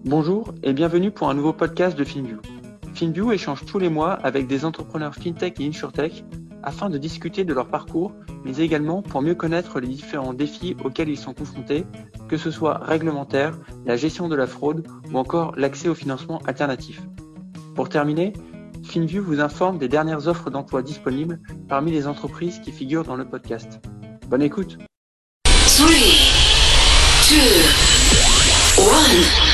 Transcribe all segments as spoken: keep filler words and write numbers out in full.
Bonjour et bienvenue pour un nouveau podcast de FinView. FinView échange tous les mois avec des entrepreneurs FinTech et InsurTech afin de discuter de leur parcours, mais également pour mieux connaître les différents défis auxquels ils sont confrontés, que ce soit réglementaire, la gestion de la fraude ou encore l'accès au financement alternatif. Pour terminer, FinView vous informe des dernières offres d'emploi disponibles parmi les entreprises qui figurent dans le podcast. Bonne écoute. three, two, one.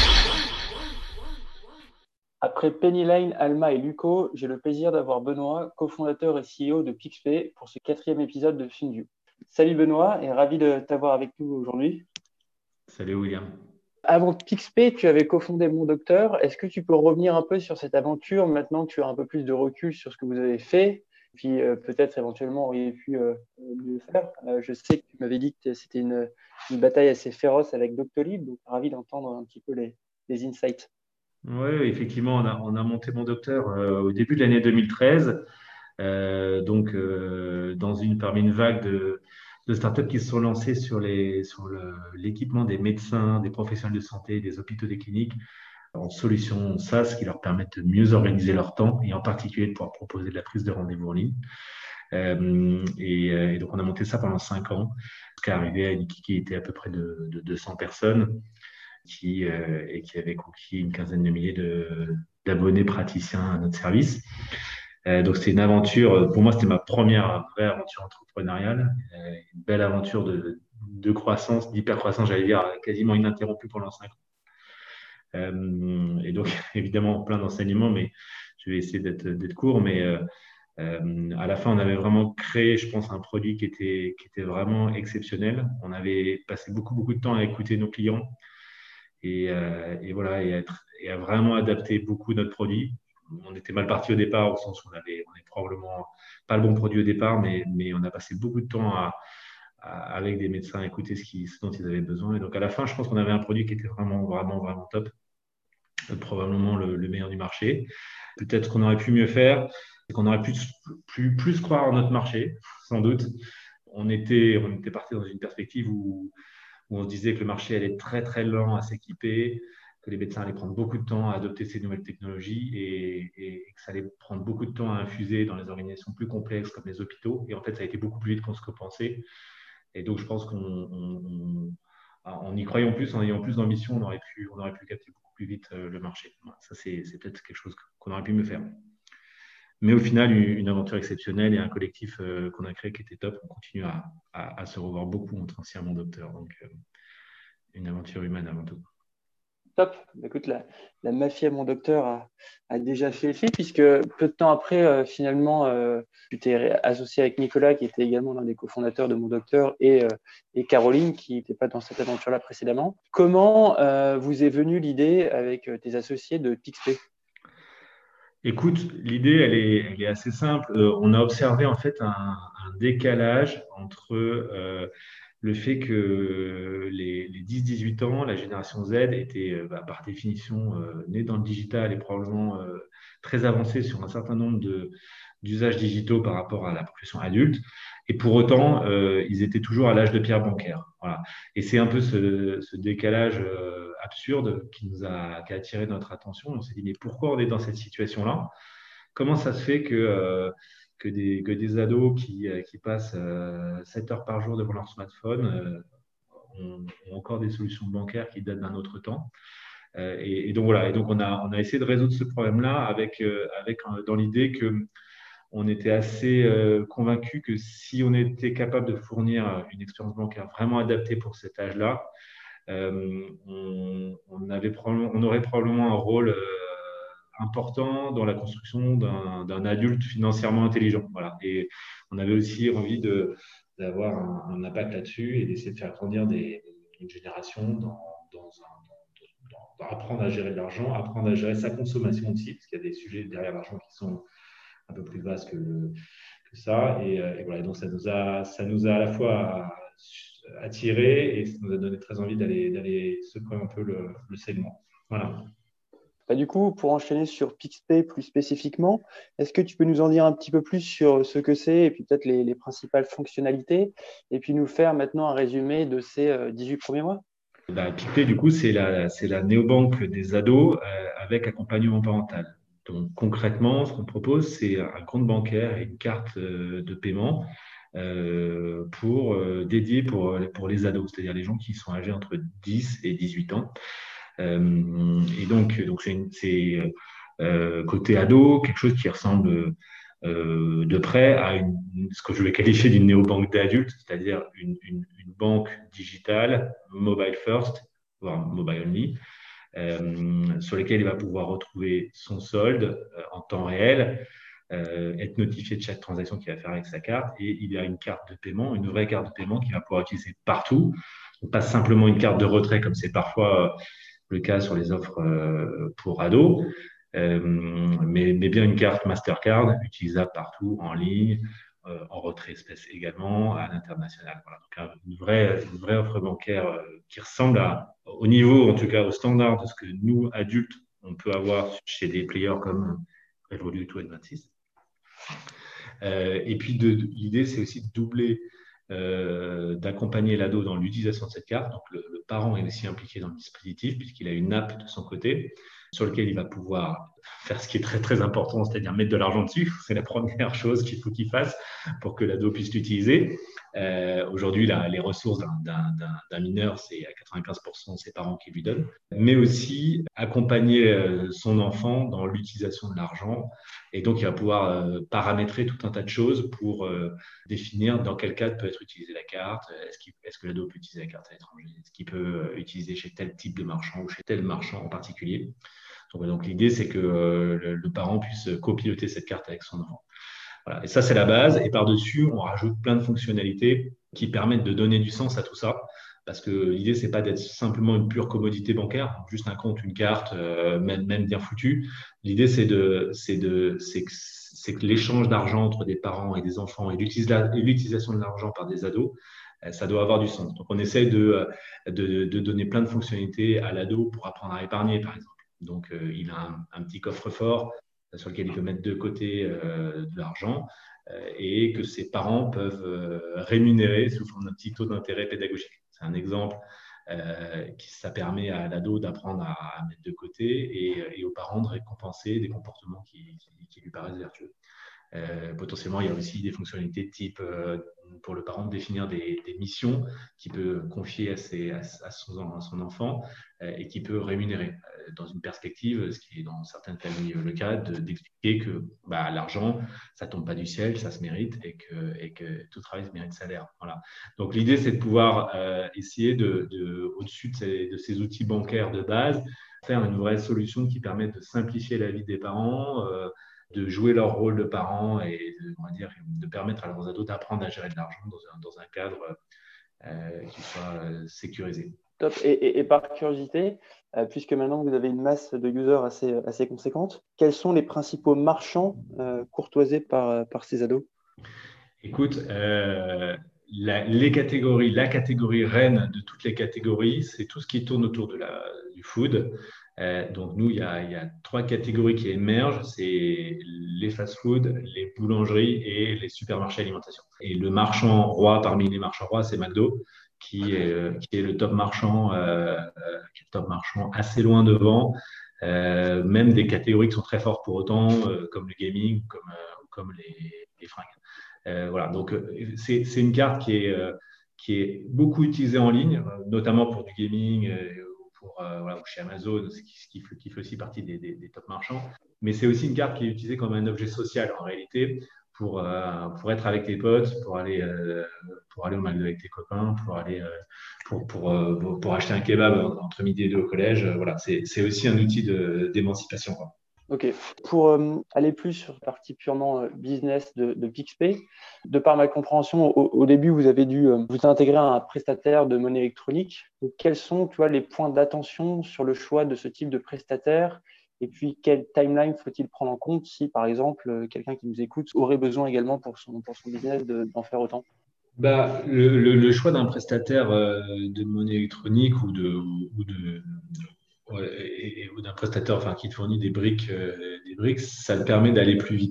Après Pennyline, Alma et Luco, j'ai le plaisir d'avoir Benoît, cofondateur et C E O de Pixpay, pour ce quatrième épisode de FinView. Salut Benoît, et ravi de t'avoir avec nous aujourd'hui. Salut William. Avant Pixpay, tu avais cofondé Mon Docteur. Est-ce que tu peux revenir un peu sur cette aventure maintenant que tu as un peu plus de recul sur ce que vous avez fait, puis euh, peut-être éventuellement auriez pu euh, mieux faire. Euh, je sais que tu m'avais dit que c'était une, une bataille assez féroce avec Doctolib, donc ravi d'entendre un petit peu les, les insights. Oui, effectivement, on a, on a monté Mon Docteur euh, au début de l'année deux mille treize, euh, donc euh, dans une, parmi une vague de, de startups qui se sont lancées sur les, sur le- l'équipement des médecins, des professionnels de santé, des hôpitaux, des cliniques, en solutions SaaS qui leur permettent de mieux organiser leur temps et en particulier de pouvoir proposer de la prise de rendez-vous en ligne. Euh, et, euh, et donc, on a monté ça pendant cinq ans, jusqu'à arriver à une équipe qui était à peu près de, de deux cents personnes. Qui, euh, et qui avait conquis une quinzaine de milliers de, d'abonnés praticiens à notre service. Euh, donc, c'était une aventure, pour moi, c'était ma première vraie aventure entrepreneuriale, euh, une belle aventure de, de croissance, d'hyper-croissance, j'allais dire, quasiment ininterrompue pendant cinq ans. Euh, et donc, évidemment, plein d'enseignements, mais je vais essayer d'être, d'être court, mais euh, euh, à la fin, on avait vraiment créé, je pense, un produit qui était, qui était vraiment exceptionnel. On avait passé beaucoup, beaucoup de temps à écouter nos clients, et, euh, et voilà, et, être, et à vraiment adapter beaucoup notre produit. On était mal parti au départ, au sens où on avait, on est probablement pas le bon produit au départ, mais, mais on a passé beaucoup de temps à, à- avec des médecins à écouter ce, qui, ce dont ils avaient besoin. Et donc à la fin, je pense qu'on avait un produit qui était vraiment, vraiment, vraiment top, euh, probablement le, le meilleur du marché. Peut-être qu'on aurait pu mieux faire, et qu'on aurait pu plus, plus croire en notre marché, sans doute. On était, on était parti dans une perspective où où on se disait que le marché allait être très très lent à s'équiper, que les médecins allaient prendre beaucoup de temps à adopter ces nouvelles technologies et, et- et que ça allait prendre beaucoup de temps à infuser dans les organisations plus complexes comme les hôpitaux. Et en fait, ça a été beaucoup plus vite qu'on ce que pensait. Et donc, je pense qu'en on, on, en y croyant plus, en ayant plus d'ambition, on aurait pu, on aurait pu capter beaucoup plus vite euh, le marché. Voilà, ça, c'est, c'est peut-être quelque chose qu'on aurait pu mieux faire. Mais au final, une, une aventure exceptionnelle et un collectif euh, qu'on a créé qui était top. On continue à, à- à se revoir beaucoup entre anciens mon docteur. Donc, euh, une aventure humaine avant tout. Top. Écoute, la, la mafia Mon Docteur a, a déjà fait effet puisque peu de temps après, euh, finalement, euh, tu t'es ré- associé avec Nicolas, qui était également l'un des cofondateurs de Mon Docteur, et, euh, et Caroline, qui n'était pas dans cette aventure-là précédemment. Comment euh, vous est venue l'idée avec euh, tes associés de Pixpay? Écoute, l'idée, elle est, elle est assez simple. Euh, on a observé en fait un, un décalage entre euh, le fait que les, les dix dix-huit ans, la génération Z, était euh, bah, par définition euh, née dans le digital et probablement euh, très avancée sur un certain nombre de, d'usages digitaux par rapport à la population adulte. Et pour autant, euh, ils étaient toujours à l'âge de pierre bancaire. Voilà. Et c'est un peu ce, ce décalage euh, absurde qui nous a, qui a attiré notre attention. On s'est dit, mais pourquoi on est dans cette situation-là? Comment ça se fait que, euh, que, des, que des ados qui, euh, qui passent euh, sept heures par jour devant leur smartphone euh, ont, ont encore des solutions bancaires qui datent d'un autre temps? Euh, et, et donc voilà, et donc on a, on a essayé de résoudre ce problème-là avec, euh, avec euh, dans l'idée que on était assez euh, convaincu que si on était capable de fournir une expérience bancaire vraiment adaptée pour cet âge-là, euh, on, on avait probablement- on aurait probablement un rôle euh, important dans la construction d'un d'un adulte financièrement intelligent. Voilà. Et on avait aussi envie de, d'avoir un, un impact là-dessus et d'essayer de faire grandir des, une génération dans, dans un, dans- dans- apprendre à gérer de l'argent, apprendre à gérer sa consommation aussi, parce qu'il y a des sujets derrière l'argent qui sont un peu plus vastes que, le- que ça. Et, euh, et voilà, donc ça nous a, ça nous a à la fois attiré et ça nous a donné très envie d'aller, d'aller secouer un peu le, le segment. Voilà. Bah, du coup, pour enchaîner sur Pixpay plus spécifiquement, est-ce que tu peux nous en dire un petit peu plus sur ce que c'est et puis peut-être les, les principales fonctionnalités et puis nous faire maintenant un résumé de ces euh, dix-huit premiers mois? Bah, Pictet, du coup, c'est la, c'est la néobanque des ados euh, avec accompagnement parental. Donc, concrètement, ce qu'on propose, c'est un compte bancaire et une carte euh, de paiement euh, pour euh, dédié pour, pour les ados, c'est-à-dire les gens qui sont âgés entre dix et dix-huit ans. Euh, et donc, donc c'est, une- c'est euh, côté ado, quelque chose qui ressemble euh, de près à une, ce que je vais qualifier d'une néobanque d'adultes, c'est-à-dire une, une, une banque digitale, mobile first, voire mobile only, euh, sur lesquelles il va pouvoir retrouver son solde euh, en temps réel, euh, être notifié de chaque transaction qu'il va faire avec sa carte, et il y a une carte de paiement, une vraie carte de paiement qu'il va pouvoir utiliser partout, donc pas simplement une carte de retrait comme c'est parfois le cas sur les offres euh, pour ados, euh, mais, mais bien une carte Mastercard utilisable partout, en ligne, euh, en retrait espèce également, à l'international. Voilà. Donc, une vraie, une vraie offre bancaire euh, qui ressemble à, au niveau, en tout cas au standard de ce que nous, adultes, on peut avoir chez des players comme Revolut ou N vingt-six. Euh, et puis, de, de, l'idée, c'est aussi de doubler, euh, d'accompagner l'ado dans l'utilisation de cette carte. Donc, le, le parent est aussi impliqué dans le dispositif puisqu'il a une app de son côté sur lequel il va pouvoir faire ce qui est très, très important, c'est-à-dire mettre de l'argent dessus. C'est la première chose qu'il faut qu'il fasse pour que l'ado puisse l'utiliser. Euh, aujourd'hui, là, les ressources d'un, d'un, d'un mineur, c'est à quatre-vingt-quinze pour cent ses parents qui lui donnent, mais aussi accompagner euh, son enfant dans l'utilisation de l'argent. Et donc, il va pouvoir euh, paramétrer tout un tas de choses pour euh, définir dans quel cadre peut être utilisée la carte. Est-ce, qu'il, est-ce que l'ado peut utiliser la carte à l'étranger? Est-ce qu'il peut euh, utiliser chez tel type de marchand ou chez tel marchand en particulier? Donc, donc l'idée, c'est que euh, le, le parent puisse copiloter cette carte avec son enfant. Voilà. Et ça, c'est la base. Et par-dessus, on rajoute plein de fonctionnalités qui permettent de donner du sens à tout ça. Parce que l'idée, c'est pas d'être simplement une pure commodité bancaire, juste un compte, une carte, euh, même, même bien foutu. L'idée, c'est de, c'est de, c'est que, c'est que l'échange d'argent entre des parents et des enfants et l'utilisation de l'argent par des ados, euh, ça doit avoir du sens. Donc, on essaie de, de, de donner plein de fonctionnalités à l'ado pour apprendre à épargner, par exemple. Donc, euh, il a un, un petit coffre-fort sur lequel il peut mettre de côté euh, de l'argent euh, et que ses parents peuvent euh, rémunérer sous forme d'un petit taux d'intérêt pédagogique. C'est un exemple euh, qui ça permet à l'ado d'apprendre à, à mettre de côté et, et aux parents de récompenser des comportements qui, qui, qui lui paraissent vertueux. Euh, potentiellement, il y a aussi des fonctionnalités type euh, pour le parent de définir des, des missions qu'il peut confier à, ses, à, à, son, à son enfant euh, et qui peut rémunérer euh, dans une perspective, ce qui est dans certaines familles le cas, de, d'expliquer que bah, l'argent, ça tombe pas du ciel, ça se mérite et que, et que tout travail se mérite salaire. Voilà. Donc l'idée, c'est de pouvoir euh, essayer, de, de, au-dessus de ces, de ces outils bancaires de base, faire une vraie solution qui permette de simplifier la vie des parents, euh, de jouer leur rôle de parents et de, on va dire, de permettre à leurs ados d'apprendre à gérer de l'argent dans un, dans un cadre euh, qui soit euh, sécurisé. Top. Et, et, et par curiosité, euh, puisque maintenant vous avez une masse de users assez, assez conséquente, quels sont les principaux marchands euh, courtoisés par, par ces ados? Écoute, euh, la, les catégories, la catégorie reine de toutes les catégories, c'est tout ce qui tourne autour de la, du food. Euh, donc, nous, il y, a, il y a trois catégories qui émergent, c'est les fast-food, les boulangeries et les supermarchés alimentation. Et le marchand roi parmi les marchands rois, c'est McDo, qui est, euh, qui est le top marchand, euh, qui est le top marchand assez loin devant, euh, même des catégories qui sont très fortes pour autant, euh, comme le gaming, comme, euh, comme les, les fringues. Euh, voilà, donc c'est, c'est une carte qui est, euh, qui est beaucoup utilisée en ligne, notamment pour du gaming, euh, pour, euh, voilà, ou chez Amazon, ce qui, qui, fait, qui fait aussi partie des, des, des top marchands. Mais c'est aussi une carte qui est utilisée comme un objet social en réalité, pour, euh, pour être avec tes potes, pour aller, euh, pour aller au McDo avec tes copains, pour, aller, euh, pour, pour, euh, pour acheter un kebab entre midi et deux au collège. Voilà, c'est, c'est aussi un outil de, d'émancipation, quoi. Ok. Pour euh, aller plus sur la partie purement euh, business de, de Pixpay, de par ma compréhension, au, au début, vous avez dû euh, vous intégrer à un prestataire de monnaie électronique. Donc, quels sont, tu vois, les points d'attention sur le choix de ce type de prestataire? Et puis, quelle timeline faut-il prendre en compte si, par exemple, euh, quelqu'un qui nous écoute aurait besoin également pour son, pour son business de, d'en faire autant? Bah, le, le, le choix d'un prestataire euh, de monnaie électronique ou de, ou de, ouais, et, et- ou d'un prestataire enfin, qui te fournit des briques, euh, des briques, ça te permet d'aller plus vite.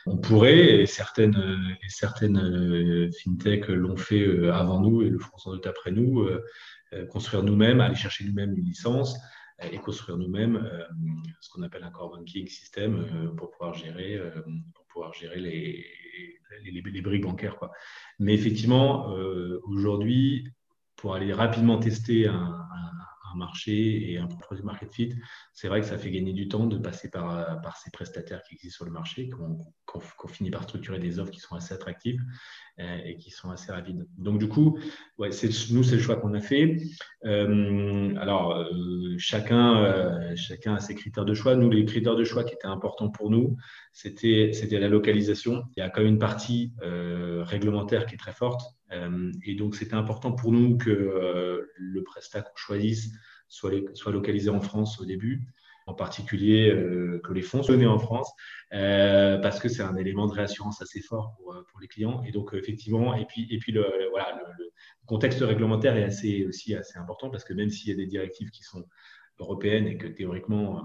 On pourrait, et certaines, et certaines euh, fintech l'ont fait euh, avant nous et le feront sans doute après nous, euh, euh, construire nous-mêmes, aller chercher nous-mêmes une licence euh, et construire nous-mêmes euh, ce qu'on appelle un core banking system euh, pour pouvoir gérer, euh, pour pouvoir gérer les, les, les, les briques bancaires, quoi. Mais effectivement, euh, aujourd'hui, pour aller rapidement tester un, un, un marché et un produit market fit, c'est vrai que ça fait gagner du temps de passer par, par ces prestataires qui existent sur le marché, qu'on qu'on qu'on finit par structurer des offres qui sont assez attractives euh, et qui sont assez rapides. Donc, du coup, ouais, c'est, nous, c'est le choix qu'on a fait. Euh, alors, euh, chacun, euh, chacun a ses critères de choix. Nous, les critères de choix qui étaient importants pour nous, c'était, c'était la localisation. Il y a quand même une partie euh, réglementaire qui est très forte. Euh, et donc, c'était important pour nous que euh, le prestat qu'on choisisse soit, les, soit localisé en France au début, en particulier euh, que les fonds soient donnés en France, euh, parce que c'est un élément de réassurance assez fort pour, pour les clients. Et donc, effectivement, et puis, et puis le, le voilà, le, le contexte réglementaire est assez, aussi assez important, parce que même s'il y a des directives qui sont européennes et que théoriquement,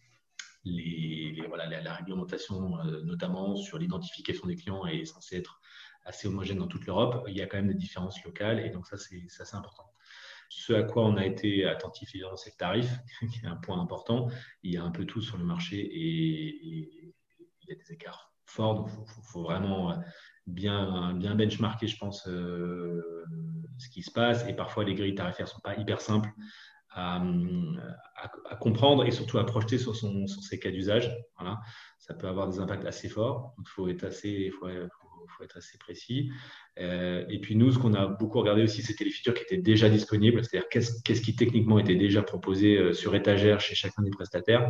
les, les, voilà, la, la réglementation, euh, notamment sur l'identification des clients, est censée être assez homogène dans toute l'Europe, il y a quand même des différences locales, et donc ça, c'est, c'est assez important. Ce à quoi on a été attentif, évidemment, c'est le tarif, qui est un point important. Il y a un peu tout sur le marché et, et il y a des écarts forts. Donc, il faut, faut vraiment bien, bien benchmarker, je pense, euh, ce qui se passe. Et parfois, les grilles tarifaires ne sont pas hyper simples à, à, à comprendre et surtout à projeter sur, son, sur ses cas d'usage. Voilà. Ça peut avoir des impacts assez forts. Donc, il faut être assez, faut, faut être assez précis. Euh, et puis nous, ce qu'on a beaucoup regardé aussi, c'était les features qui étaient déjà disponibles, c'est-à-dire qu'est-ce, qu'est-ce qui techniquement était déjà proposé euh, sur étagère chez chacun des prestataires,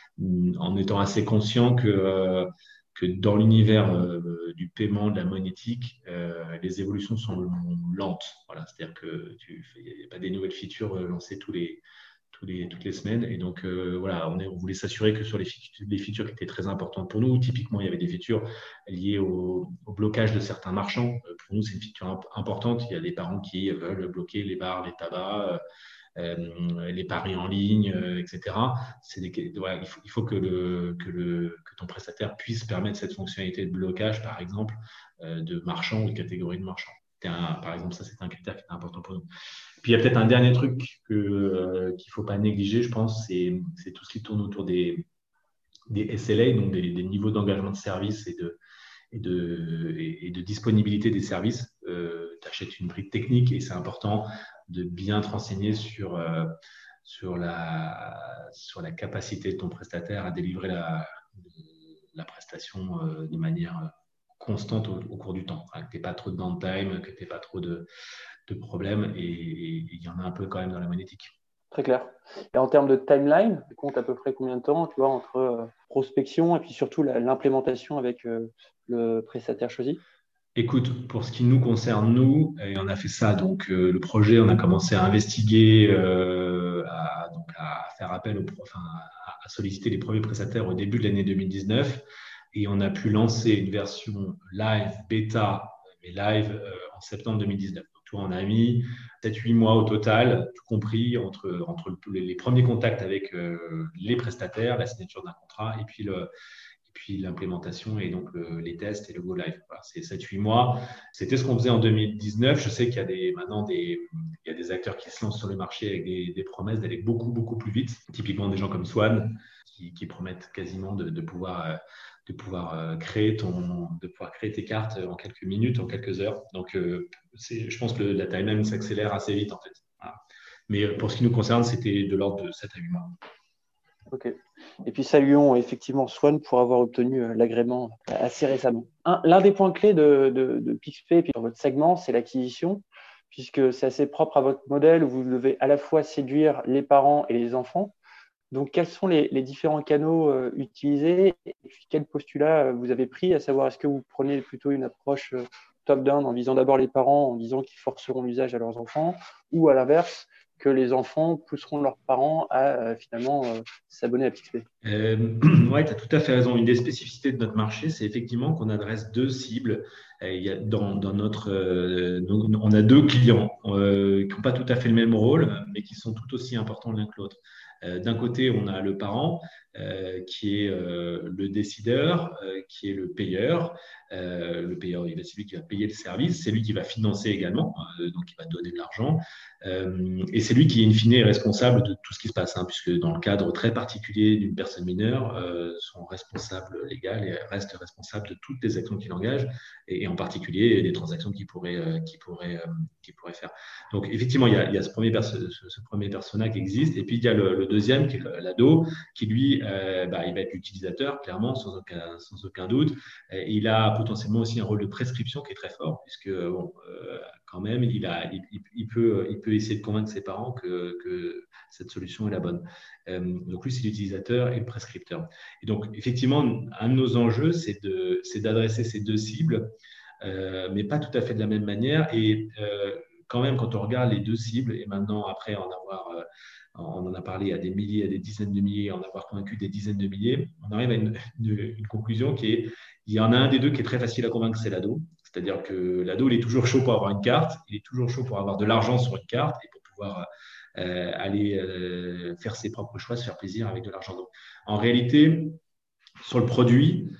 en étant assez conscient que, euh, que dans l'univers euh, du paiement, de la monétique, euh, les évolutions sont lentes. Voilà, c'est-à-dire que tu il n'y a pas des nouvelles features euh, lancées tous les tous les, toutes les semaines. Et donc, euh, voilà, on, est, on voulait s'assurer que sur les features, les features qui étaient très importantes pour nous, typiquement, il y avait des features liées au, au blocage de certains marchands. Euh, pour nous, c'est une feature imp- importante. Il y a des parents qui veulent bloquer les bars, les tabacs, euh, les paris en ligne, euh, et cetera. C'est des, voilà, il, faut, il faut que, le, que, le, que ton prestataire puisse permettre cette fonctionnalité de blocage, par exemple, euh, de marchands ou de catégories de marchands. Un, par exemple, ça, c'est un critère qui est important pour nous. Puis il y a peut-être un dernier truc que, euh, qu'il ne faut pas négliger, je pense, c'est, c'est tout ce qui tourne autour des, des S L A, donc des, des niveaux d'engagement de service et de, et de, et, et de disponibilité des services. Euh, tu achètes une brique technique et c'est important de bien te renseigner sur, euh, sur, la, sur la capacité de ton prestataire à délivrer la, la prestation euh, de manière constante au, au cours du temps. Hein, que tu n'aies pas trop de downtime, que tu n'aies pas trop de de problèmes et il y en a un peu quand même dans la monétique. Très clair. Et en termes de timeline, tu comptes à peu près combien de temps, tu vois, entre euh, prospection et puis surtout la, l'implémentation avec euh, le prestataire choisi? Écoute, pour ce qui nous concerne, nous, et on a fait ça, donc euh, le projet, on a commencé à investiguer, euh, à, donc à faire appel, au, enfin, à, à solliciter les premiers prestataires au début de l'année deux mille dix-neuf et on a pu lancer une version live, bêta, mais live euh, en septembre deux mille dix-neuf. Donc, tu vois, on a mis sept huit mois au total, tout compris entre, entre les, les premiers contacts avec euh, les prestataires, la signature d'un contrat et puis le, et puis l'implémentation et donc le, les tests et le go live. Voilà, c'est sept huit mois. C'était ce qu'on faisait en deux mille dix-neuf. Je sais qu'il y a des, maintenant des, il y a des acteurs qui se lancent sur le marché avec des, des promesses d'aller beaucoup, beaucoup plus vite. Typiquement des gens comme Swan qui, qui promettent quasiment de, de pouvoir, de pouvoir créer ton, de pouvoir créer tes cartes en quelques minutes, en quelques heures. Donc, euh, c'est, je pense que le, la timeline s'accélère assez vite en fait. Voilà. Mais pour ce qui nous concerne, c'était de l'ordre de sept à huit mois. Ok. Et puis saluons effectivement Swan pour avoir obtenu euh, l'agrément assez récemment. Un, l'un des points clés de, de, de PixPay et puis dans votre segment, c'est l'acquisition, puisque c'est assez propre à votre modèle où vous devez à la fois séduire les parents et les enfants. Donc, quels sont les, les différents canaux euh, utilisés et puis quel postulat euh, vous avez pris, à savoir est-ce que vous prenez plutôt une approche euh, top-down en visant d'abord les parents, en disant qu'ils forceront l'usage à leurs enfants, ou à l'inverse, que les enfants pousseront leurs parents à euh, finalement euh, s'abonner à PixPay? Euh, ouais, tu as tout à fait raison. Une des spécificités de notre marché, c'est effectivement qu'on adresse deux cibles. Euh, il y a dans, dans notre, euh, nous- on a deux clients euh, qui n'ont pas tout à fait le même rôle, mais qui sont tout aussi importants l'un que l'autre. Euh, d'un côté, on a le parent euh, qui est euh, le décideur, euh, qui est le payeur. Euh, le payeur, il va- c'est lui qui va payer le service, c'est lui qui va financer également, euh, donc il va donner de l'argent. Euh, et c'est lui qui, in fine, est responsable de tout ce qui se passe, hein, puisque dans le cadre très particulier d'une personne mineure, euh, son responsable légal et reste responsable de toutes les actions qu'il engage, et, et en particulier des transactions qu'il pourrait, euh, qu'il pourrait, euh, qu'il pourrait faire. Donc, effectivement, il y a, il y a ce, premier perso- ce, ce premier persona qui existe, et puis il y a le, le deuxième, qui est l'ado, qui lui, euh, bah, il va être l'utilisateur, clairement, sans aucun, sans aucun doute. Et il a potentiellement aussi un rôle de prescription qui est très fort, puisque, bon, euh, quand même, il, a, il, il, peut, il peut essayer de convaincre ses parents que, que cette solution est la bonne. Euh, donc lui, c'est l'utilisateur et le prescripteur. Et donc, effectivement, un de nos enjeux, c'est de, c'est d'adresser ces deux cibles, euh, mais pas tout à fait de la même manière. Et euh, quand même, quand on regarde les deux cibles, et maintenant, après en avoir, euh, on en a parlé à des milliers, à des dizaines de milliers, en avoir convaincu des dizaines de milliers, on arrive à une, une, une conclusion qui est, il y en a un des deux qui est très facile à convaincre, c'est l'ado. C'est-à-dire que l'ado, il est toujours chaud pour avoir une carte, il est toujours chaud pour avoir de l'argent sur une carte et pour pouvoir euh, aller euh, faire ses propres choix, se faire plaisir avec de l'argent. Donc, en réalité, sur le produit,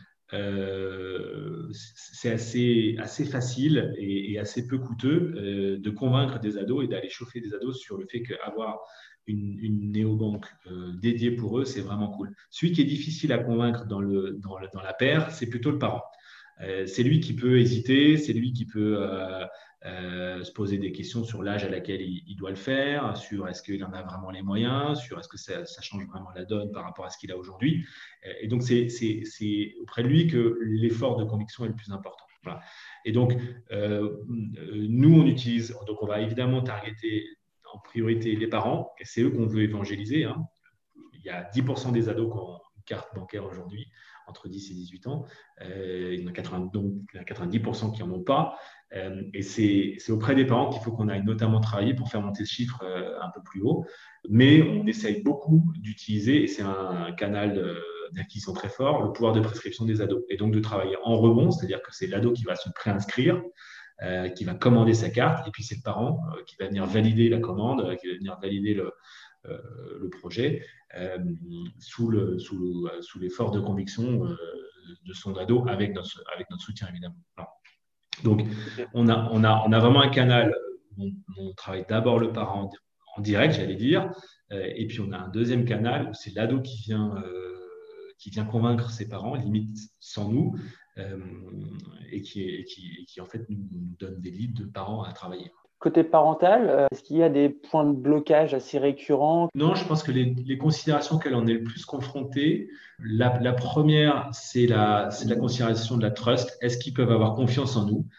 euh, c'est assez, assez facile et, et assez peu coûteux euh, de convaincre des ados et d'aller chauffer des ados sur le fait qu'avoir une, une néobanque euh, dédiée pour eux, c'est vraiment cool. Celui qui est difficile à convaincre dans, le, dans, le, dans la paire, c'est plutôt le parent. Euh, c'est lui qui peut hésiter, c'est lui qui peut euh, euh, se poser des questions sur l'âge à laquelle il, il, doit le faire, sur est-ce qu'il en a vraiment les moyens, sur est-ce que ça, ça change vraiment la donne par rapport à ce qu'il a aujourd'hui. Et donc, c'est, c'est, c'est auprès de lui que l'effort de conviction est le plus important. Voilà. Et donc, euh, nous, on utilise, donc on va évidemment targeter en priorité les parents, et c'est eux qu'on veut évangéliser. Hein. Il y a dix pour cent des ados qui ont une carte bancaire aujourd'hui, entre dix et dix-huit ans. Euh, il y en a quatre-vingts, donc, quatre-vingt-dix pour cent qui n'en ont pas. Euh, et c'est, c'est auprès des parents qu'il faut qu'on aille notamment travailler pour faire monter ce chiffre euh, un peu plus haut. Mais on essaye beaucoup d'utiliser, et c'est un, un canal euh, d'acquisition très fort, le pouvoir de prescription des ados. Et donc de travailler en rebond, c'est-à-dire que c'est l'ado qui va se préinscrire, euh, qui va commander sa carte, et puis c'est le parent euh, qui va venir valider la commande, euh, qui va venir valider le, euh, le projet euh, sous, le, sous, le, sous l'effort de conviction euh, de son ado avec notre, avec notre soutien évidemment. Alors, donc Okay. on a, on, a, on a vraiment un canal où on, on travaille d'abord le parent en direct, j'allais dire, euh, et puis on a un deuxième canal où c'est l'ado qui vient, euh, qui vient convaincre ses parents, limite sans nous, euh, et, qui, et, qui, et qui en fait nous, nous donne des leads de parents à travailler. Côté parental, euh, est-ce qu'il y a des points de blocage assez récurrents? Non, je pense que les, les considérations qu'elle en est le plus confrontée, la, la première, c'est la, c'est la considération de la trust. Est-ce qu'ils peuvent avoir confiance en nous?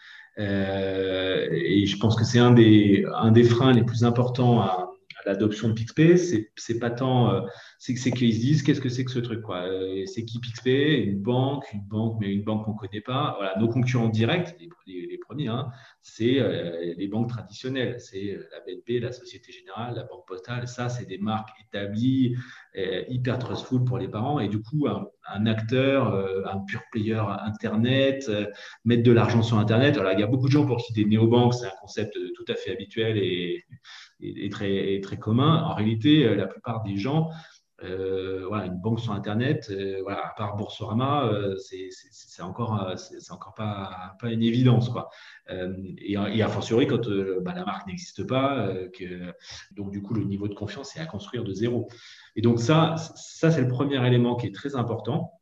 Euh, et je pense que c'est un des, un des freins les plus importants à, à l'adoption de PixPay. C'est, c'est pas tant, euh, c'est, c'est qu'ils se disent qu'est-ce que c'est que ce truc, quoi. Euh, c'est qui PixPay? Une banque, une banque, mais une banque qu'on connaît pas. Voilà, nos concurrents directs, les, les, les premiers, hein, c'est euh, les banques traditionnelles. C'est euh, la B N P, la Société Générale, la Banque Postale. Ça, c'est des marques établies, euh, hyper trustful pour les parents. Et du coup, un, un acteur, euh, un pure player Internet, euh, mettre de l'argent sur Internet. Alors, il y a beaucoup de gens pour qui des néobanques, c'est un concept tout à fait habituel et, et, et très, et très commun. En réalité, la plupart des gens, euh, voilà, une banque sur Internet, euh, voilà, à part Boursorama, euh, c'est, c'est, c'est encore, c'est, c'est encore pas, pas une évidence, quoi. Euh, et, et a fortiori quand euh, bah, la marque n'existe pas, euh, que, donc du coup le niveau de confiance est à construire de zéro. Et donc ça, ça c'est le premier élément qui est très important.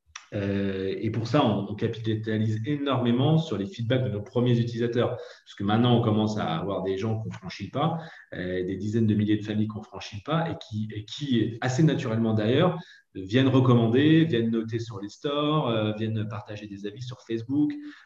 Euh, et pour ça, on, on capitalise énormément sur les feedbacks de nos premiers utilisateurs. Parce que maintenant, on commence à avoir des gens qu'on ne franchit pas, euh, des dizaines de milliers de familles qu'on ne franchit pas, et qui, et qui, assez naturellement d'ailleurs, viennent recommander, viennent noter sur les stores, euh, viennent partager des avis sur Facebook,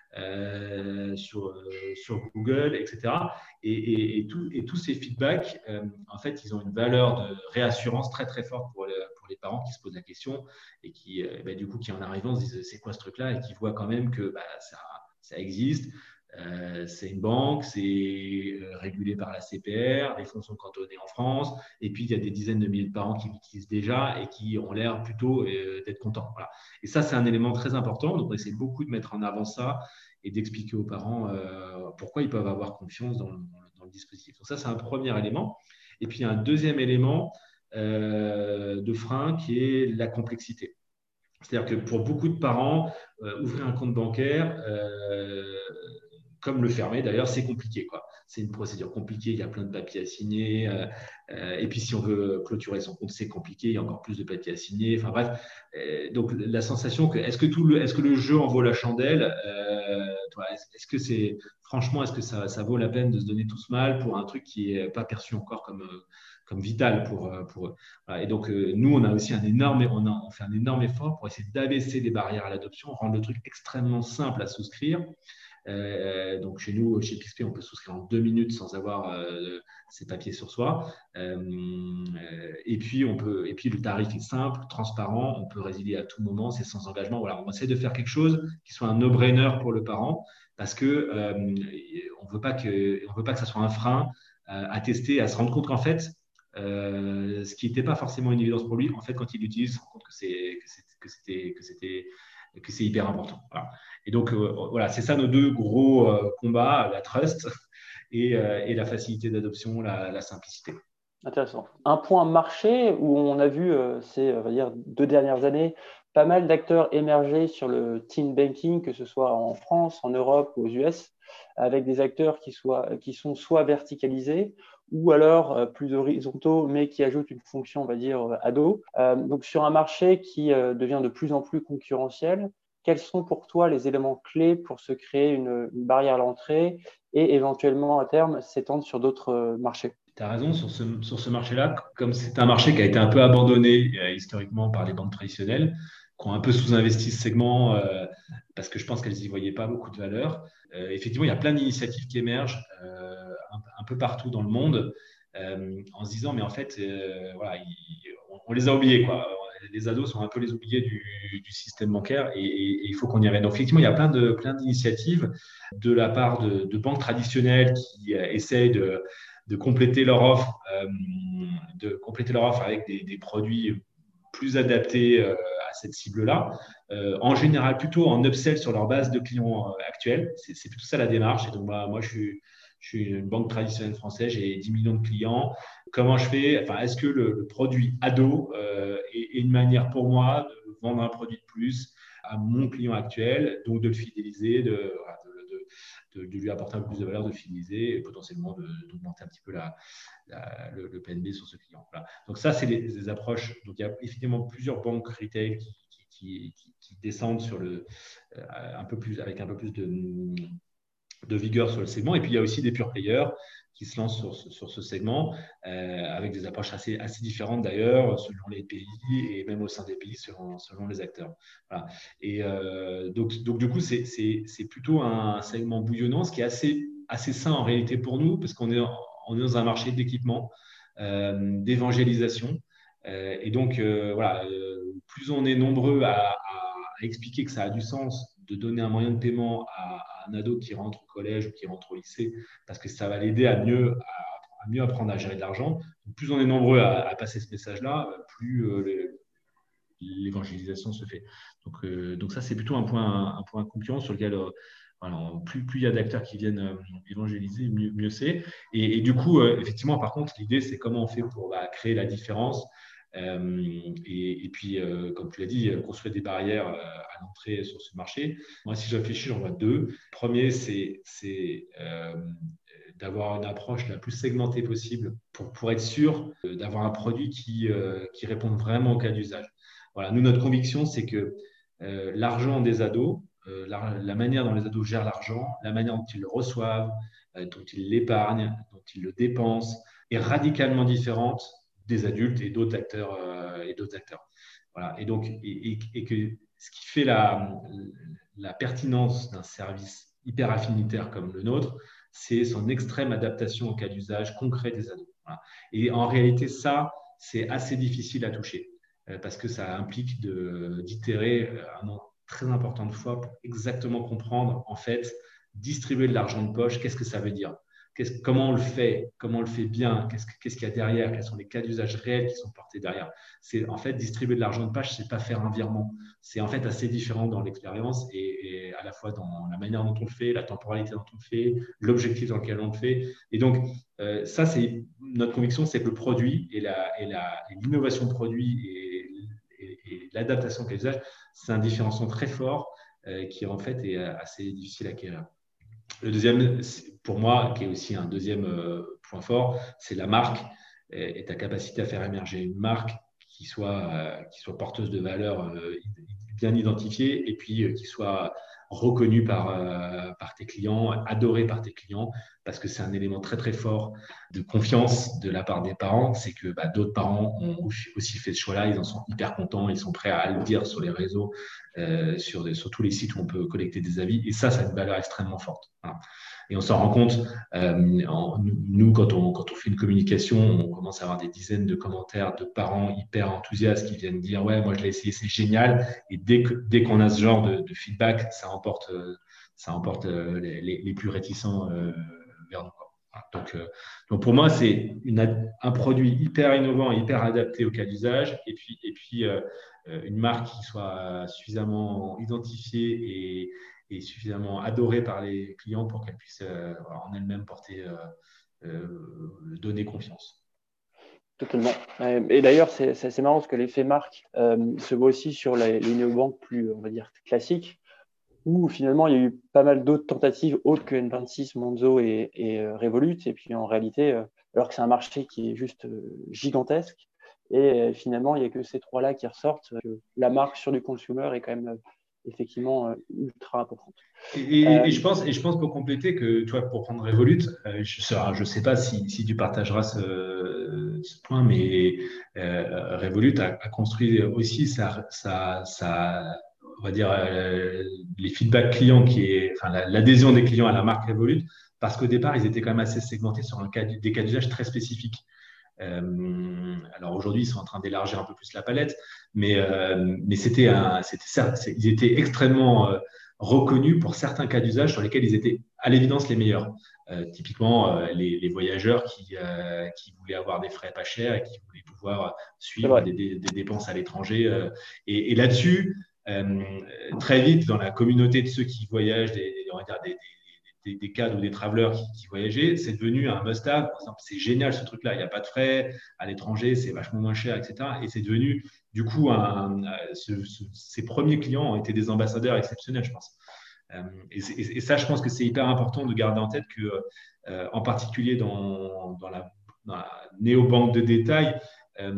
euh, sur, euh, sur Google, et cetera. Et, et, et, tout, et tous ces feedbacks, euh, en fait, ils ont une valeur de réassurance très, très forte pour, le, pour les parents qui se posent la question et qui, euh, bah, du coup, qui en arrivant se disent c'est quoi ce truc-là et qui voient quand même que bah, ça, ça existe. Euh, c'est une banque, c'est euh, régulé par la C P R, les fonds sont cantonnés en France, et puis il y a des dizaines de milliers de parents qui l'utilisent déjà et qui ont l'air plutôt euh, d'être contents. Voilà. Et ça, c'est un élément très important. Donc, on essaie beaucoup de mettre en avant ça et d'expliquer aux parents euh, pourquoi ils peuvent avoir confiance dans le, dans le, dans le dispositif. Donc, ça, c'est un premier élément. Et puis, un deuxième élément euh, de frein qui est la complexité. C'est-à-dire que pour beaucoup de parents, euh, ouvrir un compte bancaire, euh, comme le fermer d'ailleurs, c'est compliqué, quoi. C'est une procédure compliquée, il y a plein de papiers à signer. Euh, euh, et puis, si on veut clôturer son compte, c'est compliqué, il y a encore plus de papiers à signer. Enfin bref, euh, donc la sensation que est-ce que, tout le, est-ce que le jeu en vaut la chandelle euh, toi, est-ce, est-ce que c'est, franchement, est-ce que ça, ça vaut la peine de se donner tout ce mal pour un truc qui n'est pas perçu encore comme, comme vital pour, pour eux. Voilà. Et donc, euh, nous, on a aussi un énorme, on, a, on fait un énorme effort pour essayer d'abaisser les barrières à l'adoption, rendre le truc extrêmement simple à souscrire. Euh, donc chez nous, chez Pixpay, on peut souscrire en deux minutes sans avoir euh, ses papiers sur soi. Euh, et puis on peut, et puis le tarif est simple, transparent, on peut résilier à tout moment, c'est sans engagement. Voilà, on essaie de faire quelque chose qui soit un no-brainer pour le parent parce que euh, on veut pas que, on veut pas que ça soit un frein euh, à tester, à se rendre compte qu'en fait, euh, ce qui n'était pas forcément une évidence pour lui, en fait, quand il l'utilise, il se rend compte que c'est que c'était que c'était que c'est hyper important. Voilà. Et donc, euh, voilà, c'est ça nos deux gros euh, combats, la trust et, euh, et la facilité d'adoption, la, la, simplicité. Intéressant. Un point marché où on a vu euh, ces on va dire, deux dernières années pas mal d'acteurs émerger sur le teen banking, que ce soit en France, en Europe ou aux U S, avec des acteurs qui, soient, qui sont soit verticalisés ou alors euh, plus horizontaux, mais qui ajoutent une fonction, on va dire, ado. Euh, donc, sur un marché qui euh, devient de plus en plus concurrentiel, quels sont pour toi les éléments clés pour se créer une, une barrière à l'entrée et éventuellement, à terme, s'étendre sur d'autres euh, marchés? Tu as raison, sur ce, sur ce marché-là, comme c'est un marché qui a été un peu abandonné euh, historiquement par les banques traditionnelles, qui ont un peu sous-investi ce segment euh, parce que je pense qu'elles n'y voyaient pas beaucoup de valeur. Euh, effectivement, il y a plein d'initiatives qui émergent euh, un, un, peu partout dans le monde euh, en se disant, mais en fait, euh, voilà, il, on, on, les a oubliés, quoi. Les ados sont un peu les oubliés du, du système bancaire et, et, et il faut qu'on y revienne. Donc, effectivement, il y a plein de plein d'initiatives de la part de, de banques traditionnelles qui euh, essayent de de compléter leur offre, euh, de compléter leur offre avec des, des produits plus adaptés euh, à cette cible-là. Euh, en général, plutôt en upsell sur leur base de clients euh, actuels. C'est, c'est plutôt ça la démarche. Et donc, bah, moi, je suis, je suis une banque traditionnelle française, j'ai dix millions de clients. Comment je fais enfin, est-ce que le, le produit ado euh, est, est une manière pour moi de vendre un produit de plus à mon client actuel, donc de le fidéliser, de, de De, de, lui apporter un peu plus de valeur, de fidéliser et potentiellement de, d'augmenter un petit peu la, la, le, le P N B sur ce client. Voilà. Donc ça, c'est les, les approches. Donc il y a effectivement plusieurs banques retail qui, qui, qui, qui descendent sur le, euh, un peu plus, avec un peu plus de, de vigueur sur le segment. Et puis il y a aussi des pure players qui se lancent sur ce, sur ce segment euh, avec des approches assez, assez différentes d'ailleurs selon les pays et même au sein des pays selon, selon les acteurs. Voilà. Et euh, donc, donc du coup, c'est, c'est, c'est plutôt un segment bouillonnant, ce qui est assez, assez sain en réalité pour nous parce qu'on est, on est dans un marché d'équipement, euh, d'évangélisation. Euh, et donc, euh, voilà, euh, plus on est nombreux à, à, à expliquer que ça a du sens de donner un moyen de paiement à, à un ado qui rentre au collège ou qui rentre au lycée, parce que ça va l'aider à mieux, à, à mieux apprendre à gérer de l'argent. Donc, plus on est nombreux à, à passer ce message-là, plus euh, l'évangélisation se fait. Donc, euh, donc ça, c'est plutôt un point, un point concurrent sur lequel euh, voilà, plus, plus il y a d'acteurs qui viennent euh, évangéliser, mieux, mieux c'est. Et, et, du coup, euh, effectivement, par contre, l'idée, c'est comment on fait pour bah, créer la différence. Euh, et, et, puis, euh, comme tu l'as dit, construire des barrières euh, à l'entrée sur ce marché. Moi, si je réfléchis, j'en vois deux. Premier, c'est, c'est euh, d'avoir une approche la plus segmentée possible pour, pour être sûr d'avoir un produit qui, euh, qui réponde vraiment au cas d'usage. Voilà, nous, notre conviction, c'est que euh, l'argent des ados, euh, la, la manière dont les ados gèrent l'argent, la manière dont ils le reçoivent, euh, dont ils l'épargnent, dont ils le dépensent, est radicalement différente des adultes et d'autres acteurs. Euh, et d'autres acteurs. Voilà. Et donc, et, et, et que ce qui fait la, la pertinence d'un service hyper affinitaire comme le nôtre, c'est son extrême adaptation au cas d'usage concret des ados. Voilà. Et en réalité, ça, c'est assez difficile à toucher euh, parce que ça implique de, d'itérer un nombre très important de fois pour exactement comprendre en fait distribuer de l'argent de poche, qu'est-ce que ça veut dire? Qu'est-ce, comment on le fait? Comment on le fait bien? Qu'est-ce, qu'est-ce qu'il y a derrière? Quels sont les cas d'usage réels qui sont portés derrière? C'est en fait distribuer de l'argent de poche, c'est pas faire un virement. C'est en fait assez différent dans l'expérience et, et à la fois dans la manière dont on le fait, la temporalité dont on le fait, l'objectif dans lequel on le fait. Et donc euh, ça, c'est notre conviction, c'est que le produit et, la, et, la, et l'innovation produit et, et, et l'adaptation à l'usage, c'est un différenciant très fort euh, qui en fait est assez difficile à acquérir. Le deuxième, pour moi, qui est aussi un deuxième euh, point fort, c'est la marque et, et ta capacité à faire émerger une marque qui soit, euh, qui soit porteuse de valeur euh, bien identifiée et puis euh, qui soit reconnue par, euh, par tes clients, adorée par tes clients, parce que c'est un élément très très fort de confiance de la part des parents. C'est que bah, d'autres parents ont aussi fait ce choix-là, ils en sont hyper contents, ils sont prêts à le dire sur les réseaux, euh, sur, des, sur tous les sites où on peut collecter des avis, et ça, ça a une valeur extrêmement forte. Voilà. Et on s'en rend compte, euh, en, nous, quand on, quand on fait une communication, on commence à avoir des dizaines de commentaires de parents hyper enthousiastes qui viennent dire « Ouais, moi je l'ai essayé, c'est génial ». Et dès, que, dès qu'on a ce genre de, de feedback, ça emporte, euh, ça emporte euh, les, les, plus réticents euh, vers nous. Donc, euh, donc, pour moi, c'est une, un produit hyper innovant, hyper adapté au cas d'usage, et puis, et puis euh, une marque qui soit suffisamment identifiée et et suffisamment adorée par les clients pour qu'elle puisse euh, en elle-même porter, euh, euh, donner confiance. Totalement. Et d'ailleurs, c'est, c'est assez marrant parce que l'effet marque euh, se voit aussi sur les, les néobanques plus, on va dire, classiques, où finalement, il y a eu pas mal d'autres tentatives autres que N vingt-six, Monzo et, et euh, Revolut. Et puis en réalité, euh, alors que c'est un marché qui est juste euh, gigantesque, et euh, finalement, il n'y a que ces trois-là qui ressortent. Que la marque sur du consumer est quand même euh, effectivement euh, ultra importante. Et, et, euh, et, je pense, et je pense pour compléter que, toi, pour prendre Revolut, euh, je ne sais pas si, si tu partageras ce, ce point, mais euh, Revolut a, a construit aussi sa, sa, sa on va dire, euh, les feedbacks clients, qui est, enfin, la, l'adhésion des clients à la marque Revolut, parce qu'au départ, ils étaient quand même assez segmentés sur un cas, des cas d'usage très spécifiques. Euh, alors aujourd'hui, ils sont en train d'élargir un peu plus la palette, mais, euh, mais c'était un, c'était ça, ils étaient extrêmement euh, reconnus pour certains cas d'usage sur lesquels ils étaient à l'évidence les meilleurs. Euh, typiquement, euh, les, les voyageurs qui, euh, qui voulaient avoir des frais pas chers et qui voulaient pouvoir suivre des, des, des dépenses à l'étranger. Euh, et, et là-dessus, euh, très vite, dans la communauté de ceux qui voyagent, des, on va dire des, des Des, des cadres ou des travelers qui, qui voyageaient, c'est devenu un must-have. Par exemple, c'est génial ce truc-là, il n'y a pas de frais, à l'étranger, c'est vachement moins cher, et cetera. Et c'est devenu, du coup, un, ce, ce, ces premiers clients ont été des ambassadeurs exceptionnels, je pense. Euh, et, et, et ça, je pense que c'est hyper important de garder en tête que, euh, en particulier dans, dans, la, dans la néobanque de détail, euh,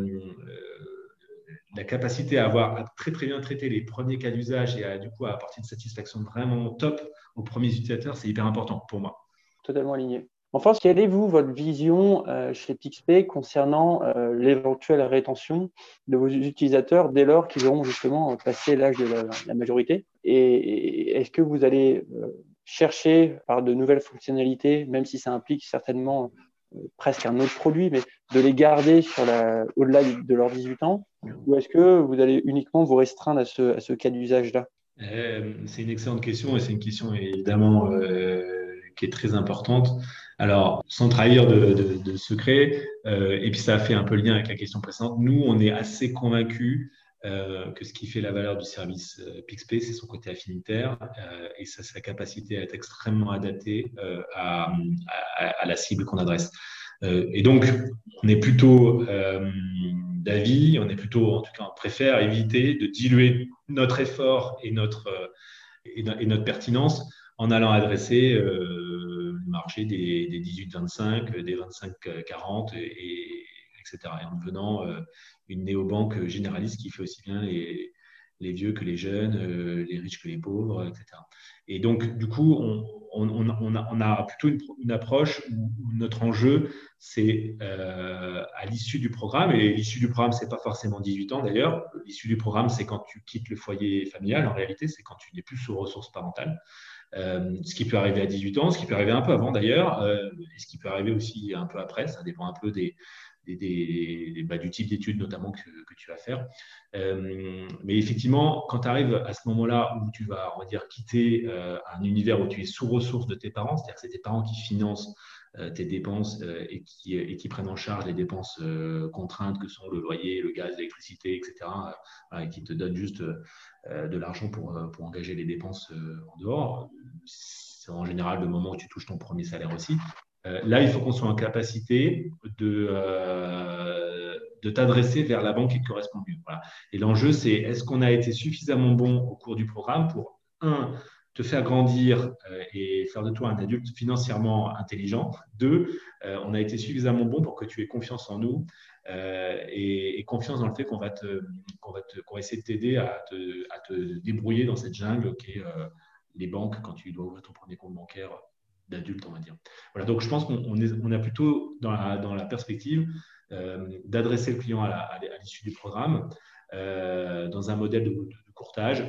la capacité à avoir à très très bien traiter les premiers cas d'usage et à du coup à apporter une satisfaction vraiment top aux premiers utilisateurs, c'est hyper important pour moi. Totalement aligné. Enfin, quelle est vous votre vision euh, chez Pixpay concernant euh, l'éventuelle rétention de vos utilisateurs dès lors qu'ils auront justement passé l'âge de la, la majorité? Et, et est-ce que vous allez euh, chercher par de nouvelles fonctionnalités, même si ça implique certainement euh, presque un autre produit, mais de les garder sur la, au-delà de leurs dix-huit ans, ou est-ce que vous allez uniquement vous restreindre à ce, à ce cas d'usage-là? Euh, c'est une excellente question et c'est une question évidemment euh, qui est très importante. Alors, sans trahir de, de, de secret, euh, et puis ça a fait un peu le lien avec la question précédente, nous, on est assez convaincus euh, que ce qui fait la valeur du service euh, Pixpay, c'est son côté affinitaire euh, et sa, sa capacité à être extrêmement adaptée euh, à, à, à la cible qu'on adresse. Euh, et donc, on est plutôt euh, d'avis, on est plutôt, en tout cas, on préfère éviter de diluer notre effort et notre, euh, et, et notre pertinence en allant adresser euh, le marché des, des dix-huit vingt-cinq, des vingt-cinq quarante, et, et, etc. Et en devenant euh, une néobanque généraliste qui fait aussi bien les, les vieux que les jeunes, euh, les riches que les pauvres, et cetera. Et donc, du coup, on, on, on, a, on a plutôt une, une approche où, où notre enjeu, c'est euh, à l'issue du programme, et l'issue du programme, c'est pas forcément dix-huit ans d'ailleurs, l'issue du programme, c'est quand tu quittes le foyer familial, en réalité, c'est quand tu n'es plus sous ressources parentales. Euh, ce qui peut arriver à dix-huit ans, ce qui peut arriver un peu avant d'ailleurs, euh, et ce qui peut arriver aussi un peu après, ça dépend un peu des, des, des, bah, du type d'études notamment que, que tu vas faire. Euh, mais effectivement, quand tu arrives à ce moment-là où tu vas, on va dire, quitter euh, un univers où tu es sous ressources de tes parents, c'est-à-dire que c'est tes parents qui financent euh, tes dépenses euh, et, qui, et qui prennent en charge les dépenses euh, contraintes que sont le loyer, le gaz, l'électricité, et cetera, euh, et qui te donnent juste euh, de l'argent pour, pour engager les dépenses euh, en dehors. C'est en général le moment où tu touches ton premier salaire aussi. Euh, là, il faut qu'on soit en capacité de, euh, de t'adresser vers la banque qui te correspond mieux. Voilà. Et l'enjeu, c'est est-ce qu'on a été suffisamment bon au cours du programme pour, un, te faire grandir euh, et faire de toi un adulte financièrement intelligent. Deux, euh, on a été suffisamment bon pour que tu aies confiance en nous euh, et, et confiance dans le fait qu'on va, te, qu'on va, te, qu'on va essayer de t'aider à te, à te débrouiller dans cette jungle qui est euh, les banques quand tu dois ouvrir ton premier compte bancaire d'adulte, on va dire. Voilà, donc je pense qu'on on est, on a plutôt dans la, dans la perspective euh, d'adresser le client à, la, à l'issue du programme euh, dans un modèle de, de, de courtage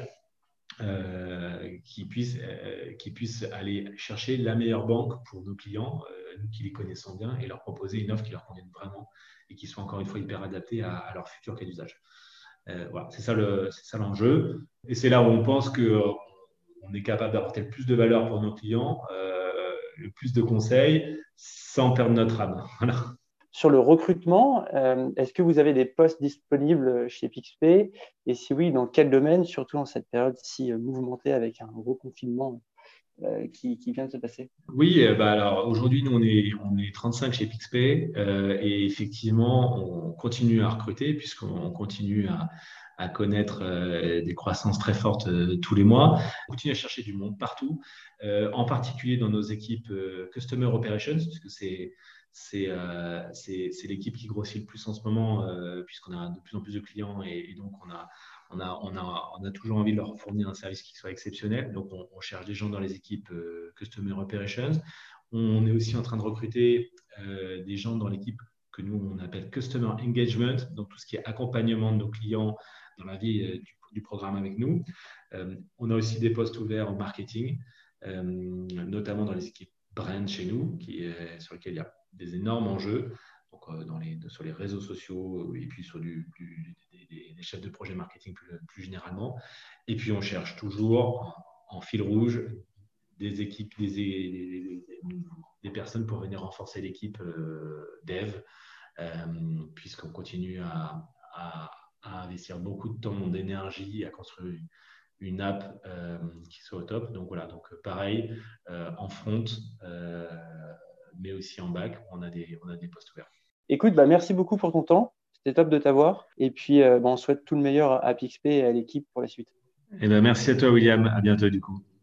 euh, qui, puisse, euh, qui puisse aller chercher la meilleure banque pour nos clients, euh, nous qui les connaissons bien, et leur proposer une offre qui leur convienne vraiment et qui soit encore une fois hyper adaptée à, à leur futur cas d'usage. Euh, voilà, c'est ça, le, c'est ça l'enjeu. Et c'est là où on pense qu'on on est capable d'apporter le plus de valeur pour nos clients, euh, le plus de conseils, sans perdre notre âme. Voilà. Sur le recrutement, euh, est-ce que vous avez des postes disponibles chez Pixpay? Et si oui, dans quel domaine, surtout en cette période si mouvementée avec un gros confinement euh, qui, qui vient de se passer? Oui, euh, bah alors aujourd'hui, nous, on est, on est trente-cinq chez Pixpay euh, et effectivement, on continue à recruter puisqu'on continue à, à connaître euh, des croissances très fortes euh, tous les mois. On continue à chercher du monde partout, euh, en particulier dans nos équipes euh, Customer Operations, puisque c'est c'est euh, c'est c'est l'équipe qui grossit le plus en ce moment, euh, puisqu'on a de plus en plus de clients et, et donc on a, on, a, on, a, on a toujours envie de leur fournir un service qui soit exceptionnel. Donc on, on cherche des gens dans les équipes euh, Customer Operations. On est aussi en train de recruter euh, des gens dans l'équipe que nous on appelle Customer Engagement, donc tout ce qui est accompagnement de nos clients dans la vie euh, du, du programme avec nous. Euh, on a aussi des postes ouverts en marketing, euh, notamment dans les équipes brand chez nous, qui est, sur lesquelles il y a des énormes enjeux, donc, euh, dans les, sur les réseaux sociaux et puis sur du, du, des, des chefs de projet marketing plus, plus généralement. Et puis on cherche toujours en, en fil rouge des équipes, des, des, des, des personnes pour venir renforcer l'équipe euh, dev, euh, puisqu'on continue à, à, à investir beaucoup de temps, d'énergie à construire une, une app euh, qui soit au top. Donc voilà, donc pareil, euh, en front, euh, mais aussi en back, on a des, on a des postes ouverts. Écoute, bah merci beaucoup pour ton temps. C'était top de t'avoir. Et puis, euh, bah, on souhaite tout le meilleur à Pixpay et à l'équipe pour la suite. Eh ben, merci à toi, William. À bientôt, du coup.